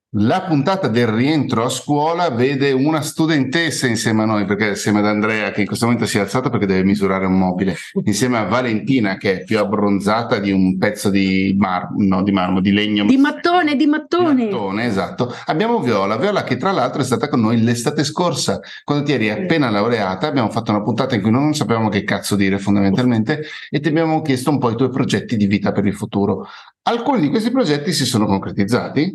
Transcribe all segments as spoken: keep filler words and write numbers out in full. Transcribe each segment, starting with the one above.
La puntata del rientro a scuola vede una studentessa insieme a noi, perché assieme ad Andrea, che in questo momento si è alzata perché deve misurare un mobile, insieme a Valentina, che è più abbronzata di un pezzo di marmo, no, di marmo, di legno. Di mattone, di mattone. Di mattone, esatto. Abbiamo Viola, Viola che tra l'altro è stata con noi l'estate scorsa, quando ti eri appena laureata. Abbiamo fatto una puntata in cui non sapevamo che cazzo dire fondamentalmente e ti abbiamo chiesto un po' i tuoi progetti di vita per il futuro. Alcuni di questi progetti si sono concretizzati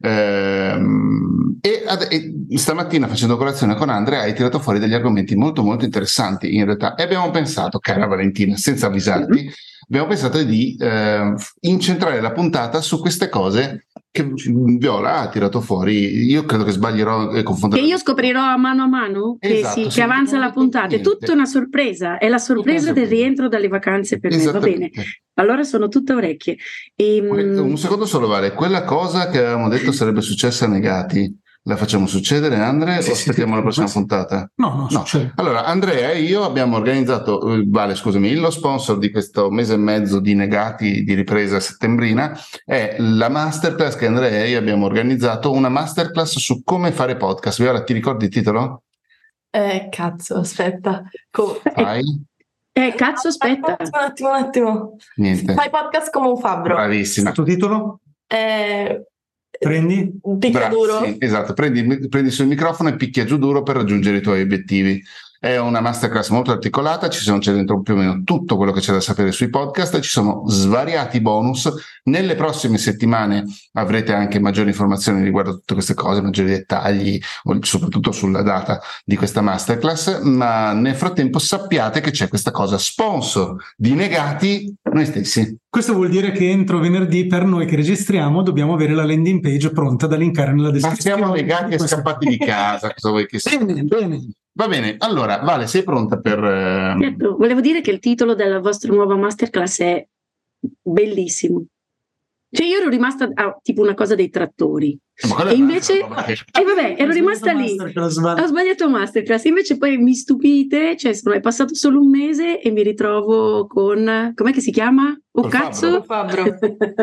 ehm, e, ad, e stamattina facendo colazione con Andrea hai tirato fuori degli argomenti molto molto interessanti in realtà e abbiamo pensato, cara Valentina, senza avvisarti, abbiamo pensato di eh, incentrare la puntata su queste cose che Viola ha tirato fuori. Io credo che sbaglierò e confonderò. Che io scoprirò a mano a mano che, esatto, sì, che avanza la puntata. Niente. È tutta una sorpresa, è la sorpresa del rientro dalle vacanze per me, va bene. Allora sono tutta orecchie. E, un secondo solo, Vale, quella cosa che avevamo detto sarebbe successa a Negati, la facciamo succedere, Andrea, sì, o aspettiamo sì, la prossima sì. puntata? No, no, no. Allora, Andrea e io abbiamo organizzato, eh, Vale, scusami, lo sponsor di questo mese e mezzo di Negati di ripresa settembrina è la masterclass che Andrea e io abbiamo organizzato, una masterclass su come fare podcast. Viola, ti ricordi il titolo? Eh, cazzo, aspetta. Co- Fai? Eh, cazzo, aspetta. Un attimo, un attimo. Niente. Fai podcast come un fabbro. Bravissima. Il tuo titolo? Eh... Prendi? Picchia duro? Sì, esatto, prendi, prendi sul microfono e picchia giù duro per raggiungere i tuoi obiettivi. È una masterclass molto articolata, ci sono, c'è dentro più o meno tutto quello che c'è da sapere sui podcast, ci sono svariati bonus. Nelle prossime settimane avrete anche maggiori informazioni riguardo a tutte queste cose, maggiori dettagli, soprattutto sulla data di questa masterclass, ma nel frattempo sappiate che c'è questa cosa sponsor di Negati, noi stessi. Questo vuol dire che entro venerdì per noi che registriamo dobbiamo avere la landing page pronta da linkare nella descrizione. Ma siamo Negati e scappati di casa, cosa vuoi che sia? Bene, bene. Va bene, allora Vale, sei pronta per... Uh... Certo, volevo dire che il titolo della vostra nuova masterclass è bellissimo. Cioè io ero rimasta a tipo una cosa dei trattori e invece e eh, vabbè ero rimasta lì, ho sbagliato masterclass, invece poi mi stupite, cioè è passato solo un mese e mi ritrovo con, com'è che si chiama? O cazzo? Fabbro.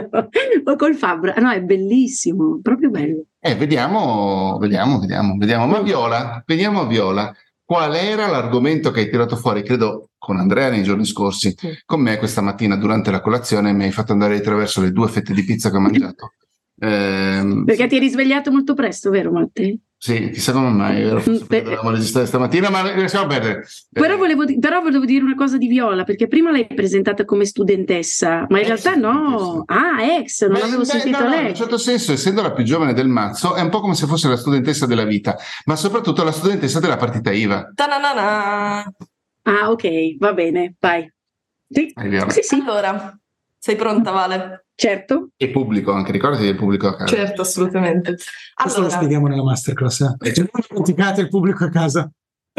O col fabbro, no, è bellissimo, proprio bello. Eh, vediamo, vediamo, vediamo, vediamo, ma Viola, vediamo Viola, qual era l'argomento che hai tirato fuori, credo con Andrea nei giorni scorsi, con me questa mattina durante la colazione mi hai fatto andare attraverso le due fette di pizza che ho mangiato. Eh, Perché ti eri risvegliato molto presto, vero Matteo? Sì, chissà come mai, vero? Forse perché dovevamo registrare stamattina, ma lasciamo perdere. Però volevo, però volevo dire una cosa di Viola, perché prima l'hai presentata come studentessa, ma in ex realtà no. Ah, ex, non beh, avevo beh, sentito no, lei. No, in un certo senso, essendo la più giovane del mazzo, è un po' come se fosse la studentessa della vita, ma soprattutto la studentessa della partita I V A. Ta-na-na-na. Ah, ok, va bene, vai. Sì, sì, sì. Allora, sei pronta, Vale? Certo. E pubblico anche, ricordati del pubblico a casa. Certo, assolutamente. Questo allora, lo spieghiamo nella masterclass. Eh. Non dimenticate il pubblico a casa.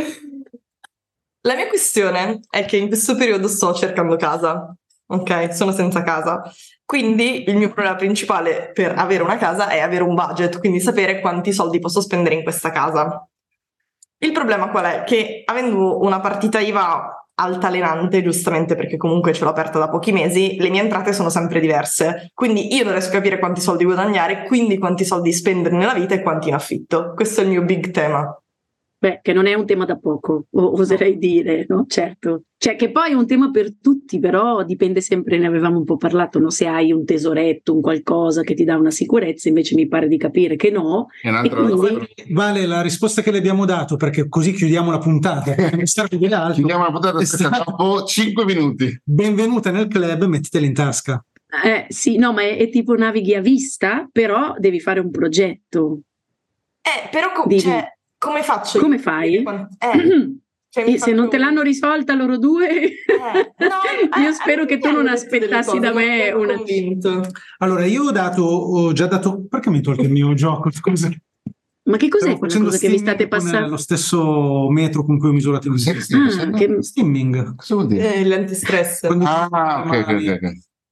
La mia questione è che in questo periodo sto cercando casa, ok? Sono senza casa. Quindi il mio problema principale per avere una casa è avere un budget, quindi sapere quanti soldi posso spendere in questa casa. Il problema qual è? Che avendo una partita I V A altalenante, giustamente perché comunque ce l'ho aperta da pochi mesi, le mie entrate sono sempre diverse, quindi io non riesco a capire quanti soldi guadagnare, quindi quanti soldi spendere nella vita e quanti in affitto. Questo è il mio big tema. Beh, che non è un tema da poco, oserei dire, no? Certo. Cioè che poi è un tema per tutti, però dipende sempre, ne avevamo un po' parlato, no? Se hai un tesoretto, un qualcosa che ti dà una sicurezza, invece mi pare di capire che no. E quindi... Vale, la risposta che le abbiamo dato, perché così chiudiamo la puntata. Chiudiamo la puntata dopo cinque minuti. Benvenuta nel club, mettiteli in tasca. Eh, sì, no, ma è, è tipo navighi a vista, però devi fare un progetto. Eh, però com- cioè, come faccio? Come fai? Eh, cioè, e se non te l'hanno risolta loro due, eh, no, io eh, spero che tu non aspettassi da me una... Allora, io ho dato, ho già dato, perché mi tolgo il mio gioco? Scusa. Ma che cos'è quella cosa che vi state passando? Lo stesso metro con cui ho misurato il ah, che... stimming. Cosa vuol dire? Eh, l'antistress. Ah, ok, ok, ok.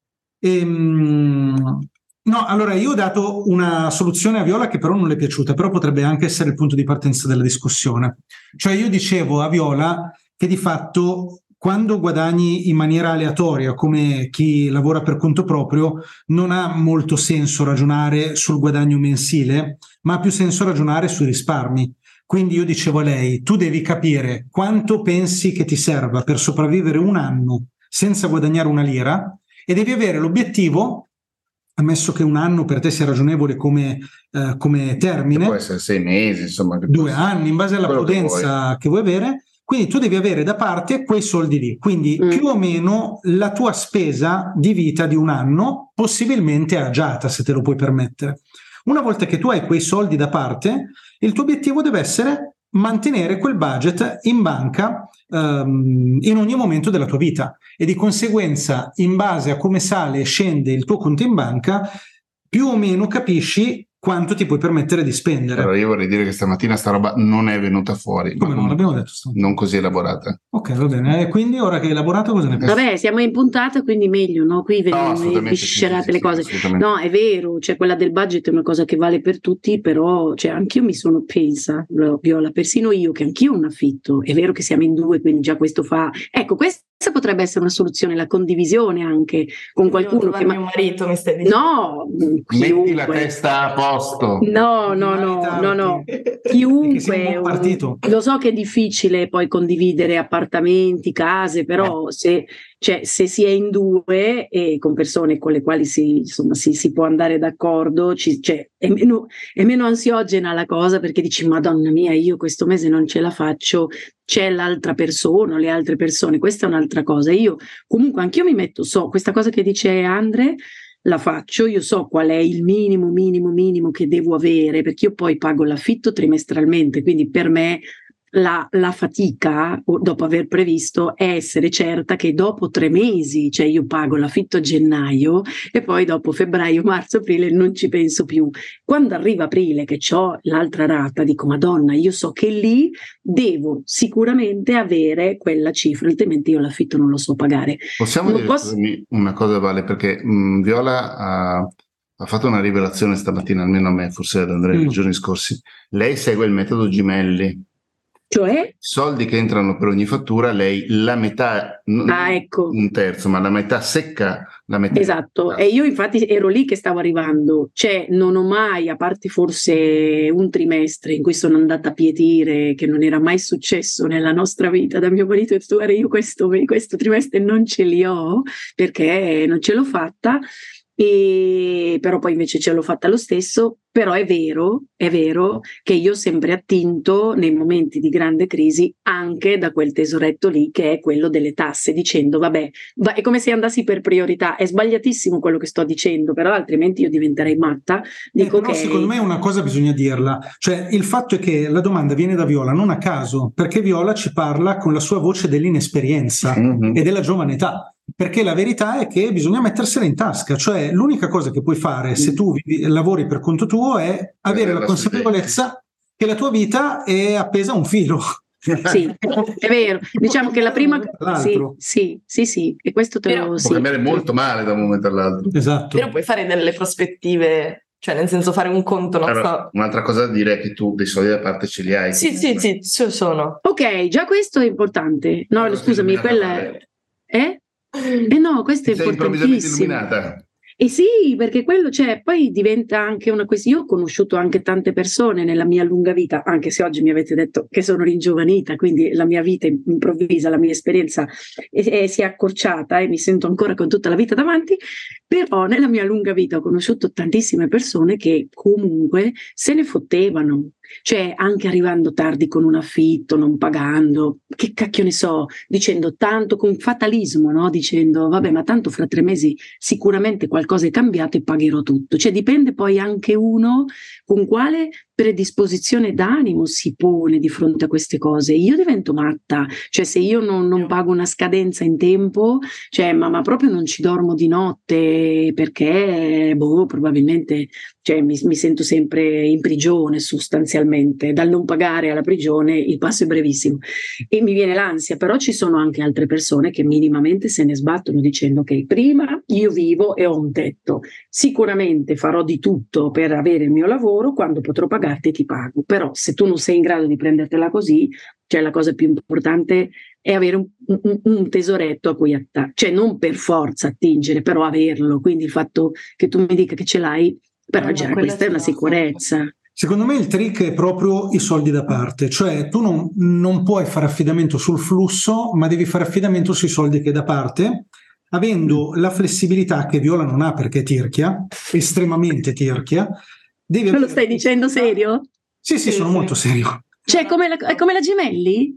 Ehm, no, allora io ho dato una soluzione a Viola che però non le è piaciuta, però potrebbe anche essere il punto di partenza della discussione. Cioè io dicevo a Viola che di fatto quando guadagni in maniera aleatoria, come chi lavora per conto proprio, non ha molto senso ragionare sul guadagno mensile, ma ha più senso ragionare sui risparmi. Quindi io dicevo a lei, tu devi capire quanto pensi che ti serva per sopravvivere un anno senza guadagnare una lira e devi avere l'obiettivo, ammesso che un anno per te sia ragionevole come, eh, come termine, può essere sei mesi, insomma, due anni, in base alla prudenza che, che vuoi avere, quindi tu devi avere da parte quei soldi lì, quindi mm. più o meno la tua spesa di vita di un anno, possibilmente agiata, se te lo puoi permettere. Una volta che tu hai quei soldi da parte, il tuo obiettivo deve essere mantenere quel budget in banca um, in ogni momento della tua vita e di conseguenza, in base a come sale e scende il tuo conto in banca, più o meno capisci quanto ti puoi permettere di spendere. Però io vorrei dire che stamattina sta roba non è venuta fuori. Come no? L'abbiamo detto stamattina. Non così elaborata. Ok, va bene. E quindi ora che è elaborato cosa ne pensi? Vabbè, siamo in puntata, quindi meglio, no? Qui vengono no, viscerate sì, le cose. Sì, no, è vero, cioè quella del budget è una cosa che vale per tutti, però cioè, anch'io mi sono pensa, Viola, persino io, che anch'io ho un affitto. È vero che siamo in due, quindi già questo fa... Ecco, questo Questa potrebbe essere una soluzione, la condivisione anche con qualcuno che ma... mio marito mi stai dicendo. No, metti la testa a posto. No, no, no, no, no. Chiunque. Un, lo so che è difficile poi condividere appartamenti, case, però se, cioè, se si è in due e con persone con le quali si, insomma, si, si può andare d'accordo, ci, cioè, è, meno, è meno ansiogena la cosa perché dici, Madonna mia, io questo mese non ce la faccio. C'è l'altra persona, le altre persone, questa è un'altra cosa. Io comunque anch'io mi metto, so, questa cosa che dice Andre, la faccio, io so qual è il minimo, minimo, minimo che devo avere, perché io poi pago l'affitto trimestralmente, quindi per me la, la fatica, dopo aver previsto, è essere certa che dopo tre mesi, cioè io pago l'affitto a gennaio e poi dopo febbraio, marzo, aprile non ci penso più. Quando arriva aprile che ho l'altra rata, dico Madonna, io so che lì devo sicuramente avere quella cifra, altrimenti io l'affitto non lo so pagare. Possiamo non dire posso... una cosa, Vale, perché mh, Viola ha, ha fatto una rivelazione stamattina, almeno a me, forse ad Andrea, mm. nei giorni scorsi. Lei segue il metodo Gemelli. Cioè? Soldi che entrano per ogni fattura, lei la metà, non ah, ecco. un terzo, ma la metà secca, la metà. Esatto, e io infatti ero lì che stavo arrivando, cioè non ho mai, a parte forse un trimestre in cui sono andata a pietire, che non era mai successo nella nostra vita, da mio marito e tu, io questo, questo trimestre non ce li ho perché non ce l'ho fatta. E però poi invece ce l'ho fatta lo stesso, però è vero, è vero che io ho sempre attinto nei momenti di grande crisi anche da quel tesoretto lì che è quello delle tasse, dicendo vabbè, va, è come se andassi per priorità, è sbagliatissimo quello che sto dicendo, però altrimenti io diventerei matta. Dico eh, però che... secondo me una cosa bisogna dirla, cioè il fatto è che la domanda viene da Viola non a caso, perché Viola ci parla con la sua voce dell'inesperienza mm-hmm. e della giovane età. Perché la verità è che bisogna mettersela in tasca, cioè l'unica cosa che puoi fare se tu vivi, lavori per conto tuo è avere la consapevolezza che la tua vita è appesa a un filo. Sì, è vero. Diciamo che la prima sì, sì, sì, sì, e questo te Però, lo può cambiare molto male da un momento all'altro. Esatto. Però puoi fare delle prospettive, cioè nel senso fare un conto. Non allora, so. Un'altra cosa da dire è che tu dei soldi da parte ce li hai. Sì, sì, sì, ci sono. Ok, già questo è importante. No, allora, scusami, quella è... Eh? Eh no, questo è sei importantissimo. Illuminata. E sì, perché quello, cioè, poi diventa anche una questione. Io ho conosciuto anche tante persone nella mia lunga vita, anche se oggi mi avete detto che sono ringiovanita, quindi la mia vita improvvisa, la mia esperienza è, è, si è accorciata e mi sento ancora con tutta la vita davanti, però nella mia lunga vita ho conosciuto tantissime persone che comunque se ne fottevano. Cioè anche arrivando tardi con un affitto, non pagando, che cacchio ne so, dicendo tanto con fatalismo, no? Dicendo vabbè ma tanto fra tre mesi sicuramente qualcosa è cambiato e pagherò tutto. Cioè dipende poi anche uno con quale predisposizione d'animo si pone di fronte a queste cose. Io divento matta, cioè se io non, non pago una scadenza in tempo, cioè ma, ma proprio non ci dormo di notte perché boh, probabilmente cioè, mi, mi sento sempre in prigione sostanzialmente, dal non pagare alla prigione il passo è brevissimo e mi viene l'ansia, però ci sono anche altre persone che minimamente se ne sbattono dicendo che prima io vivo e ho un tetto, sicuramente farò di tutto per avere il mio lavoro, quando potrò pagarti ti pago, però se tu non sei in grado di prendertela così, cioè la cosa più importante è avere un, un, un tesoretto a cui attaccare, cioè non per forza attingere, però averlo. Quindi il fatto che tu mi dica che ce l'hai, però già questa è una sicurezza. Secondo me il trick è proprio i soldi da parte, cioè tu non, non puoi fare affidamento sul flusso, ma devi fare affidamento sui soldi che hai da parte, avendo la flessibilità che Viola non ha perché è tirchia, estremamente tirchia. Devi Me lo stai dicendo serio? Sì, sì, sono molto serio. Cioè come la, è come la Gemelli?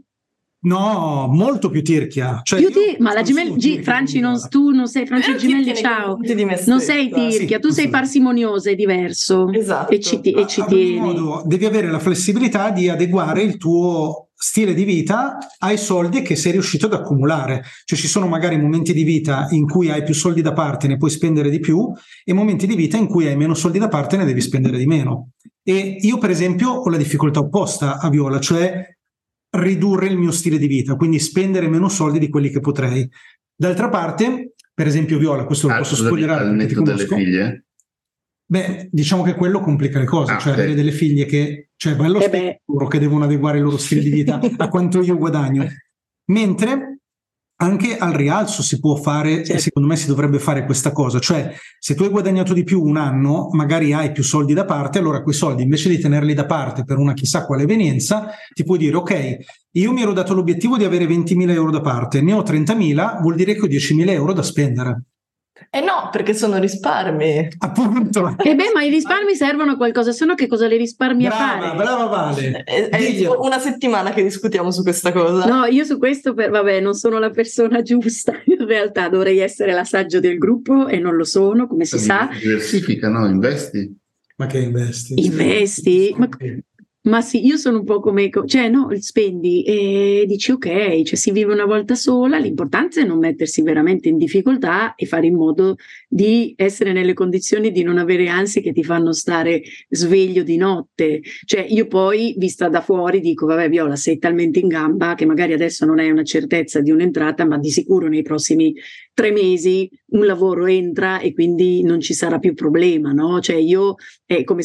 No, molto più tirchia. Cioè, più tir- ma la Gemelli, G- Franci, non, tu non sei Franci Gemelli, ciao. Non sei tirchia, sì, tu sei parsimoniosa, è diverso. Esatto. E ci, ti- e ci a, ad ogni tieni. modo, devi avere la flessibilità di adeguare il tuo stile di vita ai soldi che sei riuscito ad accumulare. Cioè ci sono magari momenti di vita in cui hai più soldi da parte e ne puoi spendere di più, e momenti di vita in cui hai meno soldi da parte e ne devi spendere di meno. E io per esempio ho la difficoltà opposta a Viola, cioè ridurre il mio stile di vita, quindi spendere meno soldi di quelli che potrei. D'altra parte, per esempio Viola, questo lo ah, posso spoilerare al netto delle figlie? Beh, diciamo che quello complica le cose, ah, cioè okay. avere delle figlie che, cioè bello eh loro che devono adeguare il loro stile di vita a quanto io guadagno, mentre anche al rialzo si può fare, certo. E secondo me si dovrebbe fare questa cosa, cioè se tu hai guadagnato di più un anno, magari hai più soldi da parte, allora quei soldi invece di tenerli da parte per una chissà quale evenienza, ti puoi dire ok, io mi ero dato l'obiettivo di avere ventimila euro da parte, ne ho trentamila, vuol dire che ho diecimila euro da spendere. Eh no, perché sono risparmi. Appunto. E beh, ma i risparmi servono a qualcosa, se no che cosa le risparmi brava, a fare? Brava Vale. È, è una settimana che discutiamo su questa cosa. No, io su questo, per, vabbè, non sono la persona giusta, in realtà dovrei essere la saggio del gruppo e non lo sono, come si sa. Diversifica, no? Investi. Ma che investi? Investi? Ma... Ma sì, io sono un po' come, cioè no, spendi e dici ok, cioè si vive una volta sola, l'importante è non mettersi veramente in difficoltà e fare in modo di essere nelle condizioni di non avere ansie che ti fanno stare sveglio di notte. Cioè io poi, vista da fuori, dico vabbè Viola, sei talmente in gamba che magari adesso non hai una certezza di un'entrata, ma di sicuro nei prossimi tre mesi un lavoro entra e quindi non ci sarà più problema, no? Cioè io è come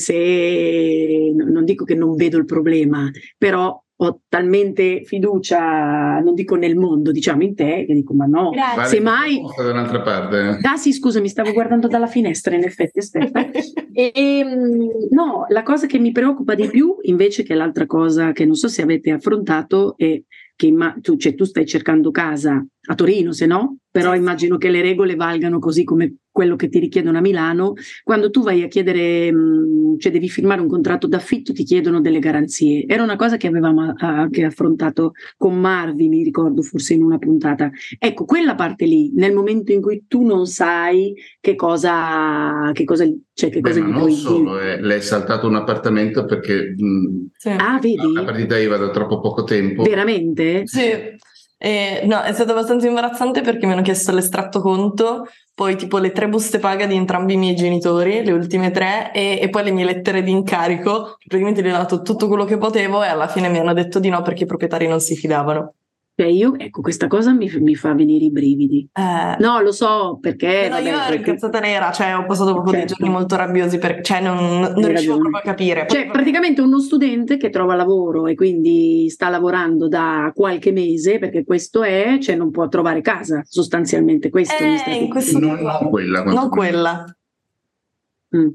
se, non dico che non vedo il problema, però ho talmente fiducia, non dico nel mondo, diciamo in te, che dico ma no, vale, se mai... da un'altra parte. Ah sì, scusa, mi stavo guardando dalla finestra, in effetti, aspetta. e, no, la cosa che mi preoccupa di più, invece, che l'altra cosa che non so se avete affrontato, è che imma- tu, cioè, tu stai cercando casa a Torino, se no? Però immagino che le regole valgano così come quello che ti richiedono a Milano. Quando tu vai a chiedere, mh, cioè devi firmare un contratto d'affitto, ti chiedono delle garanzie. Era una cosa che avevamo anche affrontato con Marvi, mi ricordo, forse in una puntata. Ecco, quella parte lì, nel momento in cui tu non sai che cosa, che cosa, cioè che Beh, cosa ma gli non puoi solo, eh, le è saltato un appartamento perché mh, sì. Ah, vedi? la partita I V A da troppo poco tempo. Veramente? Sì. Eh, no, è stato abbastanza imbarazzante perché mi hanno chiesto l'estratto conto, poi tipo le tre buste paga di entrambi i miei genitori, le ultime tre, e, e poi le mie lettere di incarico. Praticamente gli ho dato tutto quello che potevo e alla fine mi hanno detto di no perché i proprietari non si fidavano. Cioè io, ecco, questa cosa mi, mi fa venire i brividi. Eh, no, lo so, perché... Però vabbè, io ero perché... incazzata nera, cioè ho passato proprio certo. dei giorni molto rabbiosi, perché cioè non, non riuscivo proprio a capire. Poi, cioè praticamente uno studente che trova lavoro e quindi sta lavorando da qualche mese, perché questo è, cioè non può trovare casa, sostanzialmente questo. Eh, mi sta in questo non, non quella. Non quella. Mm.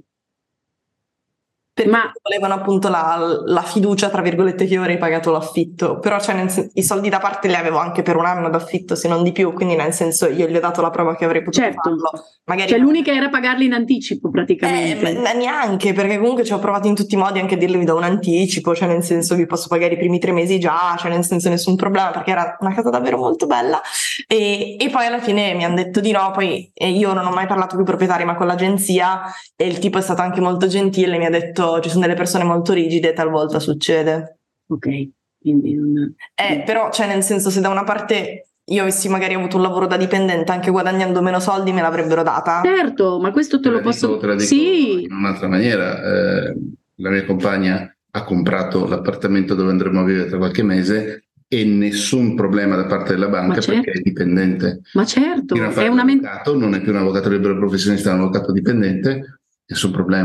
Perché ma volevano appunto la, la fiducia, tra virgolette, che io avrei pagato l'affitto, però cioè nel sen- i soldi da parte li avevo anche per un anno d'affitto, se non di più, quindi nel senso io gli ho dato la prova che avrei potuto certo. farlo. Magari cioè non... l'unica era pagarli in anticipo praticamente. Eh, ma neanche, perché comunque ci ho provato in tutti i modi anche a dirle vi do un anticipo, cioè nel senso vi posso pagare i primi tre mesi già, cioè nel senso nessun problema, perché era una casa davvero molto bella, e, e poi alla fine mi hanno detto di no, poi eh, io non ho mai parlato con i proprietari ma con l'agenzia, e il tipo è stato anche molto gentile, mi ha detto ci sono delle persone molto rigide, talvolta succede. Ok, quindi non... Eh, però cioè nel senso se da una parte io avessi magari avuto un lavoro da dipendente anche guadagnando meno soldi me l'avrebbero data. Certo, ma questo te, te lo posso... Dico, te la dico sì. In un'altra maniera, eh, la mia compagna ha comprato l'appartamento dove andremo a vivere tra qualche mese e nessun problema da parte della banca certo. perché è dipendente. Ma certo, è un avvocato, non è più un avvocato libero professionista, è un avvocato dipendente, nessun problema.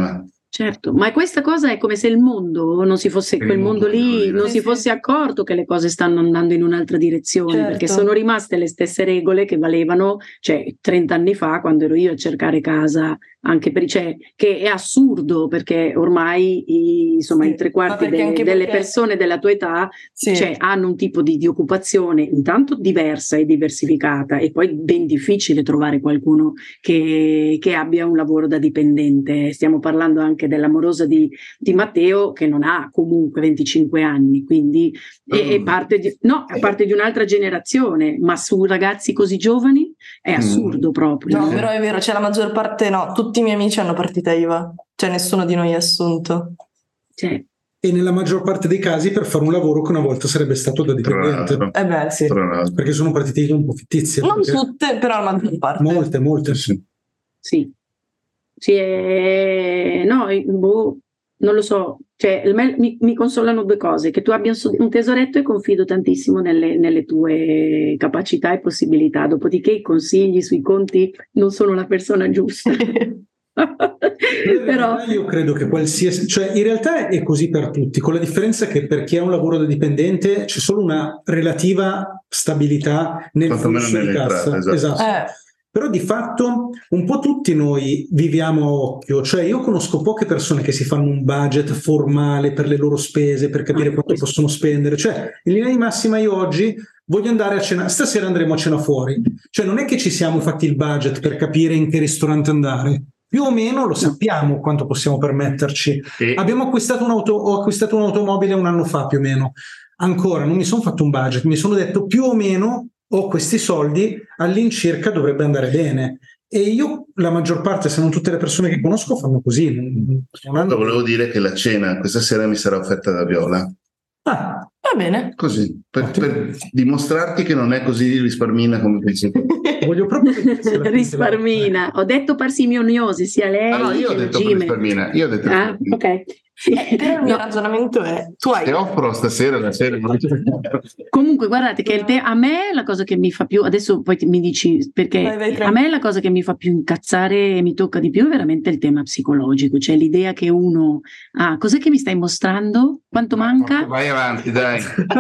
Certo, ma questa cosa è come se il mondo non si fosse, quel mondo lì non si fosse accorto che le cose stanno andando in un'altra direzione, certo. Perché sono rimaste le stesse regole che valevano, cioè trenta anni fa, quando ero io a cercare casa, anche per, cioè, che è assurdo, perché ormai i, insomma, sì, i tre quarti de, delle perché... persone della tua età, sì, cioè, hanno un tipo di, di occupazione intanto diversa e diversificata, e poi ben difficile trovare qualcuno che, che abbia un lavoro da dipendente. Stiamo parlando anche dell'amorosa di, di Matteo, che non ha comunque venticinque anni, quindi mm. è, è parte di, no, è parte di un'altra generazione, ma su ragazzi così giovani è assurdo mm. proprio. No, però è vero, c'è la maggior parte, no, tutti i miei amici hanno partita I V A, cioè nessuno di noi è assunto. Cioè. E nella maggior parte dei casi per fare un lavoro che una volta sarebbe stato da dipendente. Eh beh, sì. Perché sono partite I V A un po' fittizie. Non tutte, però la maggior parte. Molte, molte. Sì. Sì. Sì, eh, no, boh, non lo so, cioè, mi, mi consolano due cose: che tu abbia un tesoretto, e confido tantissimo nelle, nelle tue capacità e possibilità. Dopodiché i consigli sui conti non sono la persona giusta. Però io credo che qualsiasi, cioè in realtà è così per tutti, con la differenza che per chi ha un lavoro da dipendente c'è solo una relativa stabilità nel flusso di cassa. Esatto. esatto. Eh. Però di fatto un po' tutti noi viviamo a occhio, cioè io conosco poche persone che si fanno un budget formale per le loro spese, per capire quanto possono spendere, cioè in linea di massima io oggi voglio andare a cena, stasera andremo a cena fuori, cioè non è che ci siamo fatti il budget per capire in che ristorante andare, più o meno lo sappiamo quanto possiamo permetterci. E... abbiamo acquistato un'auto, ho acquistato un'automobile un anno fa più o meno, ancora non mi sono fatto un budget, mi sono detto più o meno ho questi soldi, all'incirca dovrebbe andare bene, e io la maggior parte, se non tutte le persone che conosco, fanno così. Non hanno... volevo dire che la cena questa sera mi sarà offerta da Viola. Ah, va bene. Così, per, per dimostrarti che non è così risparmina come pensi. Voglio proprio risparmina. Ho detto parsimoniosi sia lei. Ah, no, io ho detto risparmina. Io ho detto ah, ok. Eh, però il mio no. ragionamento è: tu hai. Te offro stasera la sera. Comunque, guardate che il te- a me la cosa che mi fa più, adesso poi mi dici perché, vai, vai, a me la cosa che mi fa più incazzare e mi tocca di più è veramente il tema psicologico, cioè l'idea che uno ah, cos'è che mi stai mostrando? Quanto manca? Vai avanti, dai.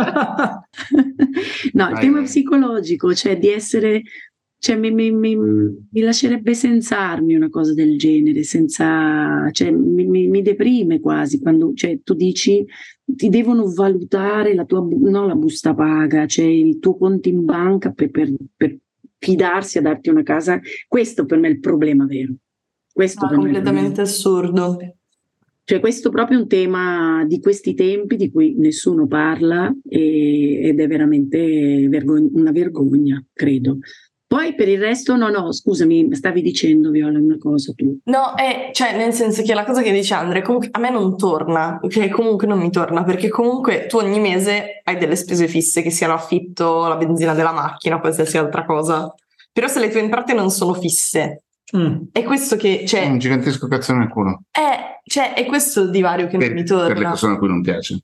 No, vai, il tema vai. psicologico, cioè di essere. Cioè, mi, mi, mi, mi lascerebbe senza armi una cosa del genere, senza, cioè, mi, mi, mi deprime quasi quando, cioè, tu dici ti devono valutare la tua, no, la busta paga, cioè il tuo conto in banca per, per, per fidarsi a darti una casa. Questo per me è il problema vero. Questo no, per completamente me è assurdo. Cioè questo è proprio un tema di questi tempi di cui nessuno parla e, ed è veramente vergogna, una vergogna, credo. Poi per il resto no, no, scusami, stavi dicendo Viola una cosa tu. No, è, cioè nel senso che la cosa che dice Andre comunque a me non torna, cioè comunque non mi torna, perché comunque tu ogni mese hai delle spese fisse, che siano affitto, la benzina della macchina, qualsiasi altra cosa, però se le tue entrate non sono fisse, mm. è questo che... Cioè, un gigantesco cazzo nel culo. È, cioè, è questo il divario che per, non mi torna. Per le persone a cui non piace.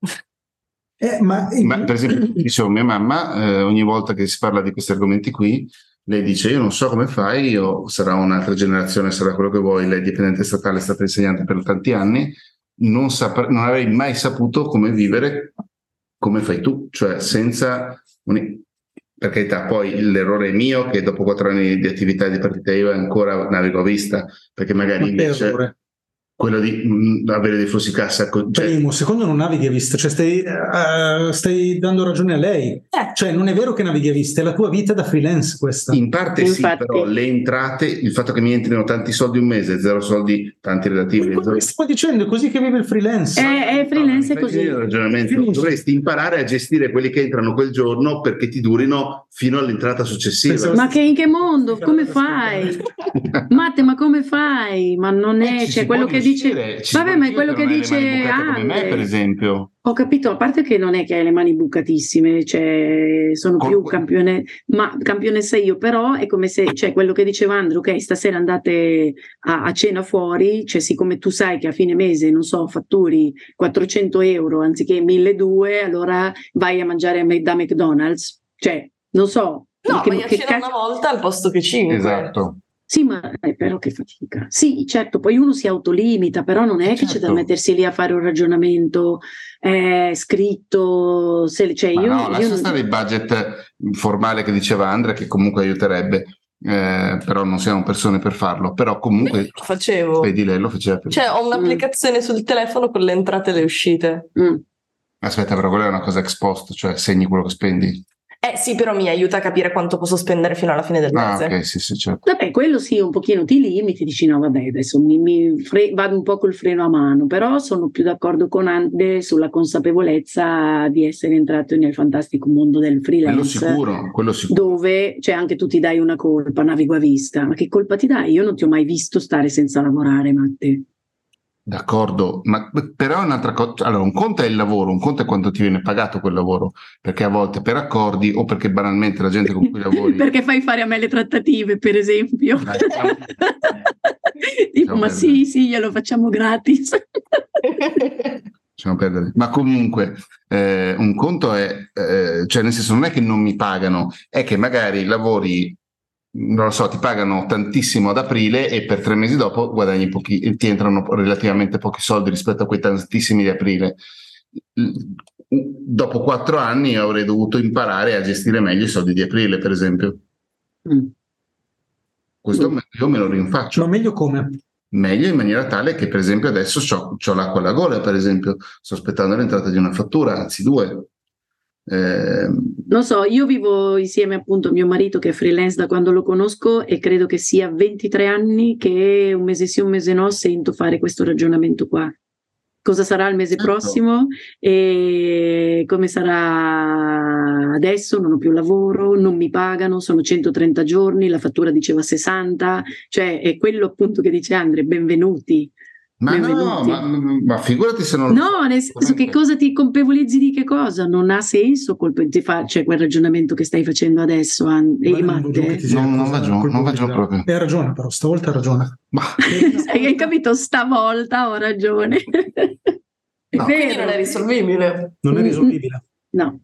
Eh, ma... ma per esempio, dicevo, mia mamma eh, ogni volta che si parla di questi argomenti qui, lei dice: io non so come fai, io sarà un'altra generazione, sarà quello che vuoi, lei è dipendente statale, è stata insegnante per tanti anni, non, sap- non avrei mai saputo come vivere come fai tu, cioè senza un... per carità, poi l'errore è mio che dopo quattro anni di attività di partita I V A ancora navigo a vista, perché magari ma invece errore. Quello di mh, avere dei flussi cassa, cioè... Primo, secondo non navighi a vista, cioè stai, uh, stai dando ragione a lei, eh. Cioè non è vero che navighi a vista, è la tua vita da freelance questa. In parte Infatti. Sì, però le entrate, il fatto che mi entrino tanti soldi un mese, zero soldi, tanti relativi. Ma quello stiamo dicendo, è così che vive il freelance. È, è freelance, no, è così. Ragionamento. Dovresti imparare a gestire quelli che entrano quel giorno perché ti durino fino all'entrata successiva. Ma che in che mondo? Come fai? Matte, ma come fai? Ma non è, c'è quello che dice, vabbè, ma è quello che dice come me, per esempio. Ho capito, a parte che non è che hai le mani bucatissime, cioè sono Con... più campione, ma campionessa io, però è come se, cioè quello che diceva Andrew, ok, stasera andate a, a cena fuori, cioè siccome tu sai che a fine mese, non so, fatturi quattrocento euro anziché milleduecento, allora vai a mangiare da McDonald's, cioè non so. No, che, vai a che cena ca- una volta al posto che cinque. Esatto. Sì, ma è però che fatica. Sì, certo, poi uno si autolimita, però non è che certo. c'è da mettersi lì a fare un ragionamento eh, scritto. Se, cioè ma io, no, io lascia non... stare il budget formale che diceva Andrea, che comunque aiuterebbe, eh, però non siamo persone per farlo, però comunque lo facevo. Vedi, lei lo faceva per... Cioè ho un'applicazione mm. sul telefono con le entrate e le uscite. Mm. Aspetta, però quella è una cosa ex post, cioè segni quello che spendi. Eh sì, però mi aiuta a capire quanto posso spendere fino alla fine del mese. Ah, ok, sì, sì, certo. Vabbè, quello sì, un pochino ti limiti, dici no, vabbè, adesso mi, mi fre- vado un po' col freno a mano, però sono più d'accordo con Ande sulla consapevolezza di essere entrato nel fantastico mondo del freelance. Quello sicuro, quello sicuro. Dove, cioè, anche tu ti dai una colpa, navigo a vista. Ma che colpa ti dai? Io non ti ho mai visto stare senza lavorare, Matte. D'accordo, ma però è un'altra cosa. Allora, un conto è il lavoro, un conto è quanto ti viene pagato quel lavoro, perché a volte per accordi o perché banalmente la gente con cui lavori. Perché fai fare a me le trattative, per esempio. Dai, diciamo... tipo, ma perdere. sì, sì, glielo facciamo gratis. Lasciamo perdere. Ma comunque, eh, un conto è, eh, cioè nel senso non è che non mi pagano, è che magari lavori. Non lo so, ti pagano tantissimo ad aprile e per tre mesi dopo guadagni pochi, ti entrano relativamente pochi soldi rispetto a quei tantissimi di aprile. Dopo quattro anni avrei dovuto imparare a gestire meglio i soldi di aprile, per esempio. Mm. Questo mm. io me lo rinfaccio. Ma meglio come? Meglio in maniera tale che, per esempio, adesso c'ho, c'ho l'acqua alla gola, per esempio, sto aspettando l'entrata di una fattura, anzi due. Eh, non so, io vivo insieme appunto a mio marito che è freelance da quando lo conosco e credo che sia ventitré anni che un mese sì un mese no sento fare questo ragionamento qua. Cosa sarà il mese certo. prossimo e come sarà adesso, non ho più lavoro, non mi pagano, sono centotrenta giorni, la fattura diceva sessanta, cioè è quello appunto che dice Andre, benvenuti. Ma no, ma, ma figurati se non... No, nel senso che cosa ti colpevolizzi di che cosa? Non ha senso colpe- fa- cioè quel ragionamento che stai facendo adesso, And- e Matte. Non, non va giù, non va giù proprio. Hai ragione però, stavolta hai ragione. Ma... Hai capito? Stavolta ho ragione. È no, vero. Quindi non è risolvibile. Non è risolvibile. No.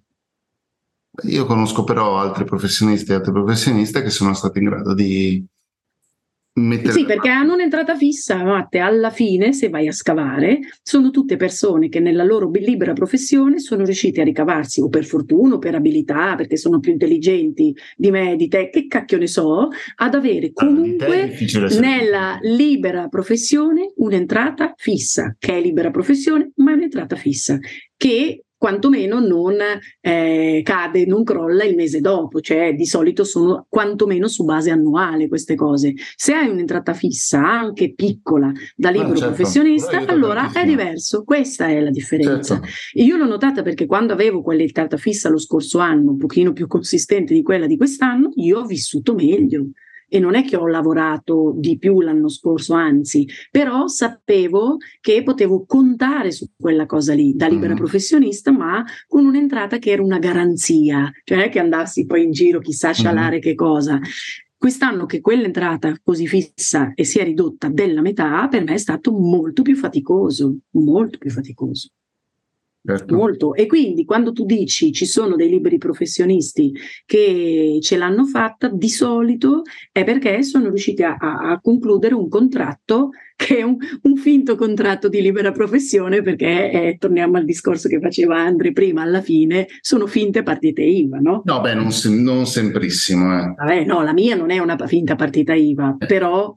Io conosco però altri professionisti e altre professioniste che sono stati in grado di... Mettere... Sì, perché hanno un'entrata fissa, Matte, alla fine, se vai a scavare, sono tutte persone che nella loro libera professione sono riuscite a ricavarsi, o per fortuna, o per abilità, perché sono più intelligenti di me, di te, che cacchio ne so, ad avere comunque nella libera professione un'entrata fissa, che è libera professione, ma è un'entrata fissa, che quantomeno non eh, cade, non crolla il mese dopo, cioè di solito sono quantomeno su base annuale queste cose. Se hai un'entrata fissa, anche piccola, da libero ah, certo. professionista, allora è diverso, questa è la differenza. Certo. Io l'ho notata perché quando avevo quell'entrata fissa lo scorso anno, un pochino più consistente di quella di quest'anno, io ho vissuto meglio. E non è che ho lavorato di più l'anno scorso, anzi, però sapevo che potevo contare su quella cosa lì, da libera mm. professionista, ma con un'entrata che era una garanzia, cioè non è che andassi poi in giro chissà a scialare mm. che cosa. Quest'anno che quell'entrata così fissa e si è ridotta della metà, per me è stato molto più faticoso, molto più faticoso. Certo. Molto. E quindi quando tu dici ci sono dei liberi professionisti che ce l'hanno fatta, di solito è perché sono riusciti a, a concludere un contratto che è un, un finto contratto di libera professione, perché eh, torniamo al discorso che faceva Andre prima, alla fine sono finte partite I V A, no? No, beh, non, sem- non semprissimo. Eh. Vabbè, no, la mia non è una finta partita I V A, eh. però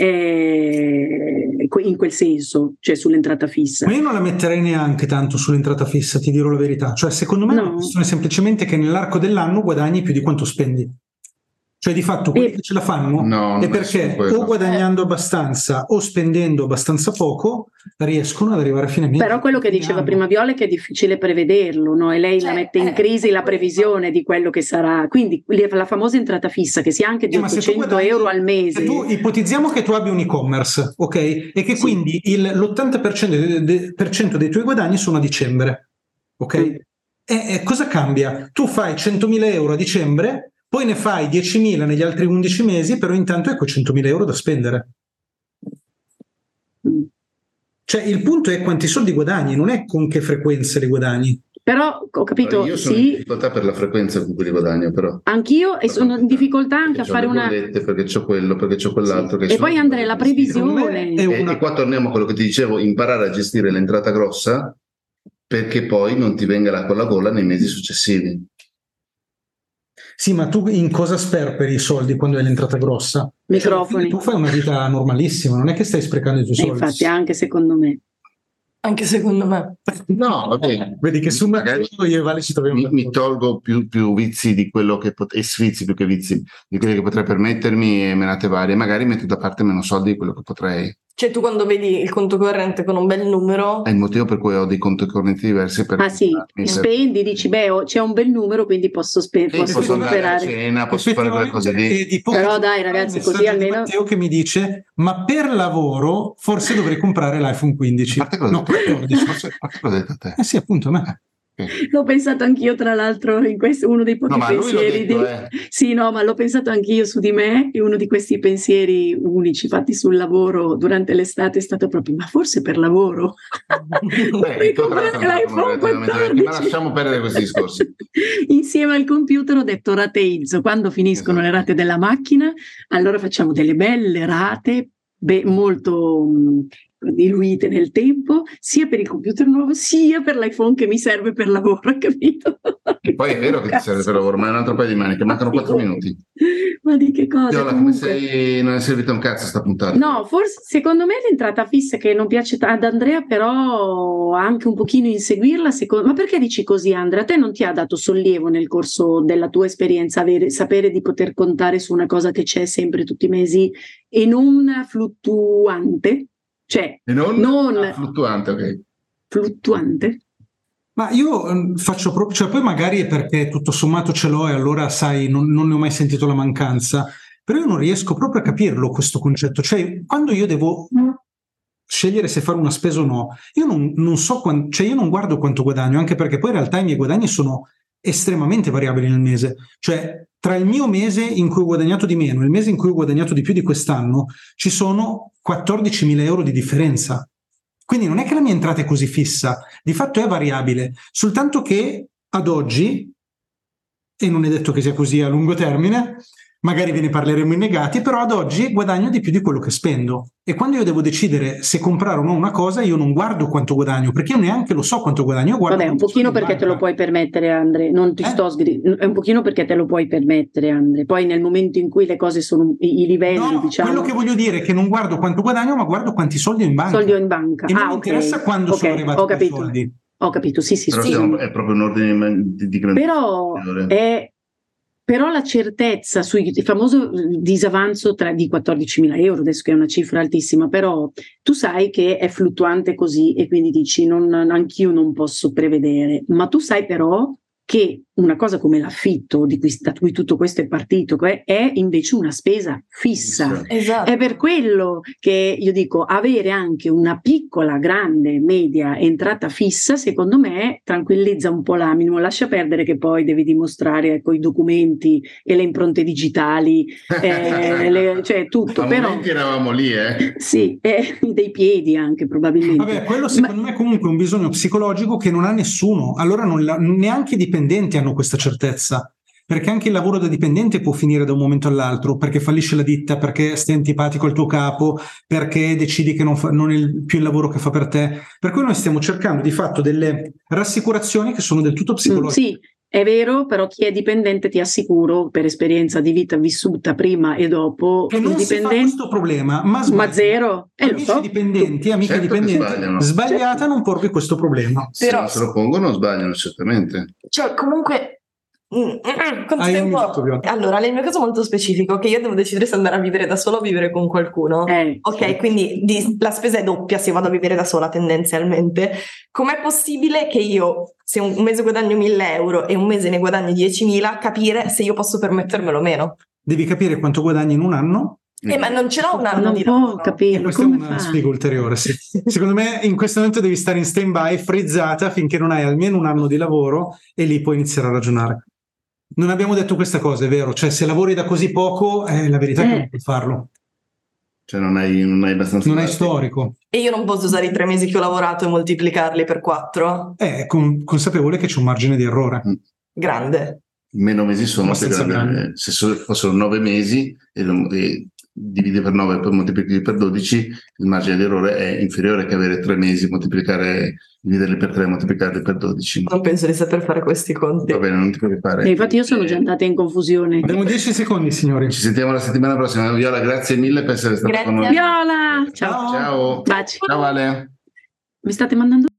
eh, in quel senso, cioè sull'entrata fissa. Ma io non la metterei neanche tanto sull'entrata fissa, ti dirò la verità. Cioè, secondo me no. È una questione semplicemente che nell'arco dell'anno guadagni più di quanto spendi. Cioè di fatto quelli e... che ce la fanno no, è perché o guadagnando abbastanza o spendendo abbastanza poco riescono ad arrivare a fine mese. Però quello che diceva prima Viola è che è difficile prevederlo, no? E lei cioè, la mette in crisi eh, la previsione di quello che sarà, quindi la famosa entrata fissa che sia anche di eh, ottocento guadagni, euro al mese. Tu, ipotizziamo che tu abbia un e-commerce, ok? E che sì. quindi il, l'ottanta per cento, de, de, per cento dei tuoi guadagni sono a dicembre, ok? Mm. E, e cosa cambia? Tu fai centomila euro a dicembre, poi ne fai diecimila negli altri undici mesi, però intanto hai quei centomila euro da spendere. Cioè il punto è quanti soldi guadagni, non è con che frequenza li guadagni. Però ho capito, io sono sì. in difficoltà per la frequenza con cui li guadagno, però. Anch'io, e sono in difficoltà anche perché a fare le una... bollette, perché c'ho quello, perché c'ho quell'altro. Sì. Che E poi Andrea, la previsione... E, una... e qua torniamo a quello che ti dicevo, imparare a gestire l'entrata grossa, perché poi non ti venga l'acqua alla gola nei mesi successivi. Sì, ma tu in cosa sperperi i soldi quando hai l'entrata grossa? Microfoni. Tu fai una vita normalissima, non è che stai sprecando i tuoi e soldi. Infatti, anche secondo me. Anche secondo me. No, va bene. Vedi che su magari io e Vale ci troviamo. Mi, mi tolgo più, più vizi di quello che pot- e sfizi più che vizi di quelli che potrei permettermi e menate varie. Magari metto da parte meno soldi di quello che potrei. Cioè tu quando vedi il conto corrente con un bel numero... È il motivo per cui ho dei conti correnti diversi. Per ah sì, spendi, dici beh oh, c'è un bel numero quindi posso, spe- sì, posso, posso andare a sperare. cena, posso fare quelle cose lì. Però dai ragazzi, così almeno... Matteo che mi dice ma per lavoro forse dovrei comprare l'iPhone quindici. No, quattordici, forse l'ho detto a te. Eh sì, appunto, a me. L'ho pensato anch'io, tra l'altro, in questo uno dei pochi no, pensieri. Detto, di... eh. Sì, no, ma l'ho pensato anch'io su di me, e uno di questi pensieri unici fatti sul lavoro durante l'estate è stato proprio, ma forse per lavoro. Beh, ma lasciamo perdere questi discorsi. Insieme al computer ho detto rateizzo, quando finiscono esatto. le rate della macchina, allora facciamo delle belle rate, beh, molto... Mh, diluite nel tempo, sia per il computer nuovo sia per l'iPhone che mi serve per lavoro, capito? E poi è vero che ti serve per lavoro, ma è un altro paio di maniche, mancano quattro minuti. Ma di che cosa? Viola, come sei, non è servita un cazzo sta puntata. No, forse secondo me l'entrata fissa che non piace ad Andrea, però anche un pochino inseguirla, secondo... ma perché dici così Andrea? A te non ti ha dato sollievo nel corso della tua esperienza avere, sapere di poter contare su una cosa che c'è sempre tutti i mesi e non fluttuante? Cioè, e non, non ah, fluttuante, ok. Fluttuante? Ma io faccio proprio, cioè poi magari è perché tutto sommato ce l'ho e allora sai, non, non ne ho mai sentito la mancanza, però io non riesco proprio a capirlo questo concetto, cioè quando io devo scegliere se fare una spesa o no, io non, non so, quant- cioè io non guardo quanto guadagno, anche perché poi in realtà i miei guadagni sono estremamente variabili nel mese, cioè tra il mio mese in cui ho guadagnato di meno e il mese in cui ho guadagnato di più di quest'anno ci sono quattordicimila euro di differenza, quindi non è che la mia entrata è così fissa, di fatto è variabile, soltanto che ad oggi, e non è detto che sia così a lungo termine, magari ve ne parleremo in negati, però ad oggi guadagno di più di quello che spendo e quando io devo decidere se comprare o no una cosa io non guardo quanto guadagno perché io neanche lo so quanto guadagno. Io guardo Vabbè, un pochino perché te lo puoi permettere Andre, non ti eh? sto sgri- è un pochino perché te lo puoi permettere Andre, poi nel momento in cui le cose sono i, i livelli no, diciamo... quello che voglio dire è che non guardo quanto guadagno ma guardo quanti soldi ho in banca soldi ho in banca e non ah, mi okay. interessa quando okay. sono arrivati ho capito. i soldi. Ho capito, sì sì però sì. Siamo, è proprio un ordine di, di grande però è Però la certezza sui il famoso disavanzo tra, di quattordicimila euro, adesso che è una cifra altissima, però tu sai che è fluttuante così e quindi dici non, anch'io non posso prevedere, ma tu sai però che una cosa come l'affitto, di cui, da cui tutto questo è partito, è invece una spesa fissa. Esatto. È per quello che io dico, avere anche una piccola, grande, media entrata fissa, secondo me tranquillizza un po' l'animo, lascia perdere che poi devi dimostrare ecco, i documenti e le impronte digitali, eh, le, cioè tutto. A però momenti eravamo lì, eh? Sì, eh, dei piedi anche probabilmente. Vabbè, quello secondo Ma... me è comunque un bisogno psicologico che non ha nessuno, allora non la, neanche i dipendenti hanno questa certezza, perché anche il lavoro da dipendente può finire da un momento all'altro, perché fallisce la ditta, perché stai antipatico al tuo capo, perché decidi che non, fa, non è il, più il lavoro che fa per te, per cui noi stiamo cercando di fatto delle rassicurazioni che sono del tutto psicologiche. Mm, sì, è vero, però chi è dipendente ti assicuro, per esperienza di vita vissuta prima e dopo, che non dipendente... si fa questo problema, ma, ma zero, eh, amici lo so. dipendenti, amiche certo dipendenti, sbagliata certo. Non porvi questo problema. Però se lo pongono sbagliano certamente. Cioè comunque quanto tempo? Allora, nel mio caso molto specifico, che io devo decidere se andare a vivere da sola o vivere con qualcuno. Eh, ok, sì. Quindi di, la spesa è doppia se vado a vivere da sola tendenzialmente. Com'è possibile che io, se un mese guadagno mille euro e un mese ne guadagno diecimila, capire se io posso permettermelo o meno? Devi capire quanto guadagni in un anno. Eh, ma non ce l'ho un anno non di può lavoro. capire. Questa è una spiega ulteriore, sì. Secondo me in questo momento devi stare in stand by, frizzata, finché non hai almeno un anno di lavoro e lì puoi iniziare a ragionare. Non abbiamo detto questa cosa, è vero, cioè se lavori da così poco, eh, la verità è eh. che non puoi farlo. Cioè non hai, non hai abbastanza... Non hai storico. E io non posso usare i tre mesi che ho lavorato e moltiplicarli per quattro? È con, consapevole che c'è un margine di errore. Mm. Grande. Meno mesi sono, se, grande. se fossero nove mesi e, e dividi per nove e poi moltiplichi per dodici, il margine di errore è inferiore che avere tre mesi, moltiplicare, dividerli per tre e moltiplicarli per dodici. Non penso di saper fare questi conti. Va bene, non ti puoi fare. E infatti io sono già andata in confusione. Abbiamo dieci secondi, signori. Ci sentiamo la settimana prossima. Viola, grazie mille per essere stata con noi. Viola, ciao. Ciao. Baci. Ciao Ale. Mi state mandando